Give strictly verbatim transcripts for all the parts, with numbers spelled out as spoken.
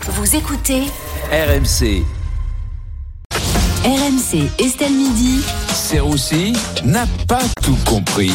Vous écoutez R M C. R M C Estelle Midi. Serroussi n'a pas tout compris.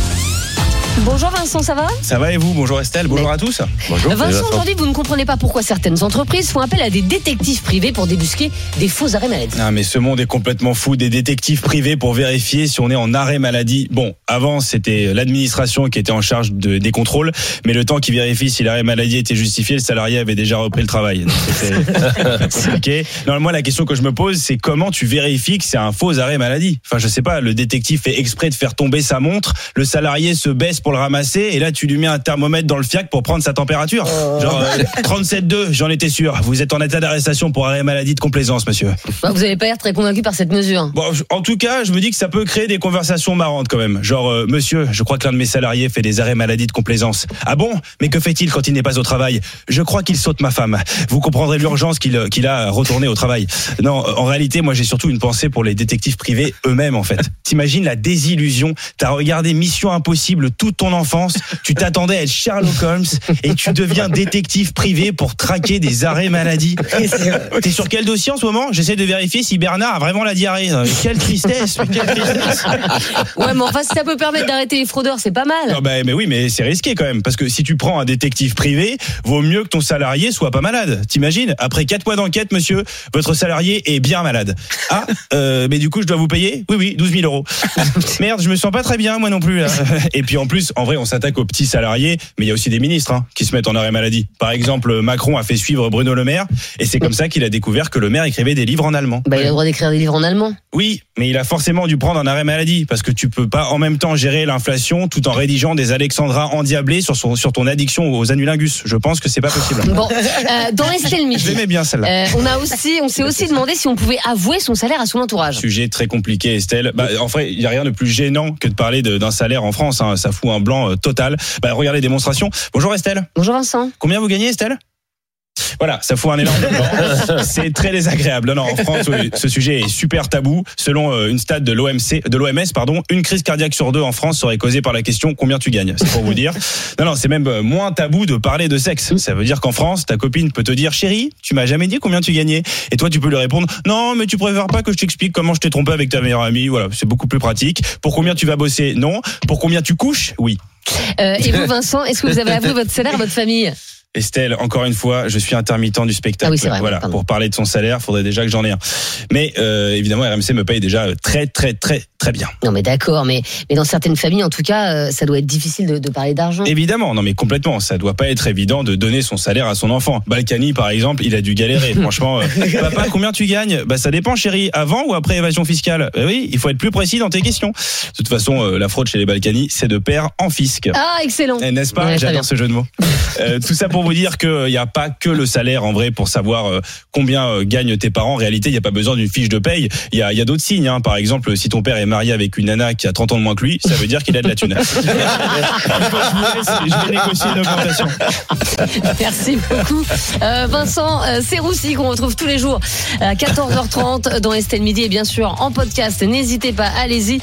Bonjour Vincent, ça va ? Ça va et vous ? Bonjour Estelle, bonjour Mais... à tous. Bonjour. Vincent, aujourd'hui vous ne comprenez pas pourquoi certaines entreprises font appel à des détectives privés pour débusquer des faux arrêts maladie. Ah mais ce monde est complètement fou, des détectives privés pour vérifier si on est en arrêt maladie. Bon, avant c'était l'administration qui était en charge de, des contrôles, mais le temps qu'ils vérifient si l'arrêt maladie était justifié, le salarié avait déjà repris le travail. Donc c'était... okay. Non, moi la question que je me pose, c'est comment tu vérifies que c'est un faux arrêt maladie ? Enfin je sais pas, le détective fait exprès de faire tomber sa montre, le salarié se baisse pour le ramasser et là tu lui mets un thermomètre dans le fiac pour prendre sa température. Genre euh, trente-sept virgule deux, j'en étais sûr. Vous êtes en état d'arrestation pour arrêt maladie de complaisance, monsieur. Bah, vous n'avez pas l'air très convaincu par cette mesure. Bon, en tout cas, je me dis que ça peut créer des conversations marrantes quand même. Genre, euh, monsieur, je crois que l'un de mes salariés fait des arrêts maladie de complaisance. Ah bon ? Mais que fait-il quand il n'est pas au travail ? Je crois qu'il saute ma femme. Vous comprendrez l'urgence qu'il, qu'il a à retourner au travail. Non, en réalité, moi j'ai surtout une pensée pour les détectives privés eux-mêmes en fait. T'imagines la désillusion ? T'as regardé Mission Impossible toute ton enfance, tu t'attendais à être Sherlock Holmes et tu deviens détective privé pour traquer des arrêts maladie. T'es sur quel dossier en ce moment ? J'essaie de vérifier si Bernard a vraiment la diarrhée. Quelle tristesse, quelle tristesse. Ouais, mais enfin si ça peut permettre d'arrêter les fraudeurs, c'est pas mal. Non, bah, mais oui, mais c'est risqué quand même parce que si tu prends un détective privé, vaut mieux que ton salarié soit pas malade. T'imagines ? Après quatre mois d'enquête, monsieur, votre salarié est bien malade. Ah, euh, mais du coup, je dois vous payer ? Oui, oui, douze mille euros. Merde, je me sens pas très bien, moi non plus. Là. Et puis en plus, en vrai, on s'attaque aux petits salariés, mais il y a aussi des ministres hein, qui se mettent en arrêt maladie. Par exemple, Macron a fait suivre Bruno Le Maire, et c'est comme ça qu'il a découvert que Le Maire écrivait des livres en allemand. Bah, il a le droit d'écrire des livres en allemand. Oui, mais il a forcément dû prendre un arrêt maladie, parce que tu peux pas en même temps gérer l'inflation tout en rédigeant des Alexandras endiablées sur, son, sur ton addiction aux anulingus. Je pense que c'est pas possible. Bon, euh, dans Estelle Midi, je l'aimais bien celle-là. Euh, on a aussi, on s'est aussi demandé si on pouvait avouer son salaire à son entourage. Sujet très compliqué, Estelle. Bah, en fait, il y a rien de plus gênant que de parler de, d'un salaire en France. Hein. Ça fout un blanc euh, total. Bah, regardez démonstration. Bonjour Estelle. Bonjour Vincent. Combien vous gagnez Estelle ? Voilà, ça fout un énorme blanc. C'est très désagréable. Non, non, en France, oui, ce sujet est super tabou. Selon euh, une stat de l'O M C, de l'O M S, pardon, une crise cardiaque sur deux en France serait causée par la question combien tu gagnes. C'est pour vous dire. Non, non, c'est même moins tabou de parler de sexe. Ça veut dire qu'en France, ta copine peut te dire chérie, tu m'as jamais dit combien tu gagnais. Et toi, tu peux lui répondre non, mais tu préfères pas que je t'explique comment je t'ai trompé avec ta meilleure amie. Voilà, c'est beaucoup plus pratique. Pour combien tu vas bosser ? Non. Pour combien tu couches ? Oui. Euh, et vous, Vincent, est-ce que vous avez avoué votre salaire à votre famille ? Estelle, encore une fois, je suis intermittent du spectacle. Ah oui, c'est vrai, voilà, pardon. Pour parler de son salaire, faudrait déjà que j'en ai un. Mais euh, évidemment, R M C me paye déjà très, très, très, très bien. Non, mais d'accord, mais mais dans certaines familles, en tout cas, euh, ça doit être difficile de, de parler d'argent. Évidemment, non mais complètement. Ça doit pas être évident de donner son salaire à son enfant. Balkany, par exemple, il a dû galérer. Franchement, euh, papa, combien tu gagnes ? Bah ça dépend, chérie. Avant ou après évasion fiscale ? Bah oui, il faut être plus précis dans tes questions. De toute façon, euh, la fraude chez les Balkany, c'est de père en fisc. Ah, excellent. Eh, n'est-ce pas ? Ouais, J'adore ce jeu de mots. Euh, tout ça pour vous dire qu'il n'y a pas que le salaire en vrai pour savoir euh, combien euh, gagnent tes parents. En réalité, il n'y a pas besoin d'une fiche de paye. Il y a, il y a d'autres signes. Hein. Par exemple, si ton père est marié avec une nana qui a trente ans de moins que lui, ça veut dire qu'il a de la thune. je vous laisse, je vais négocier une augmentation. Merci beaucoup. Euh, Vincent euh, Serroussi, qu'on retrouve tous les jours à quatorze heures trente dans Estelle Midi et bien sûr en podcast. N'hésitez pas, allez-y.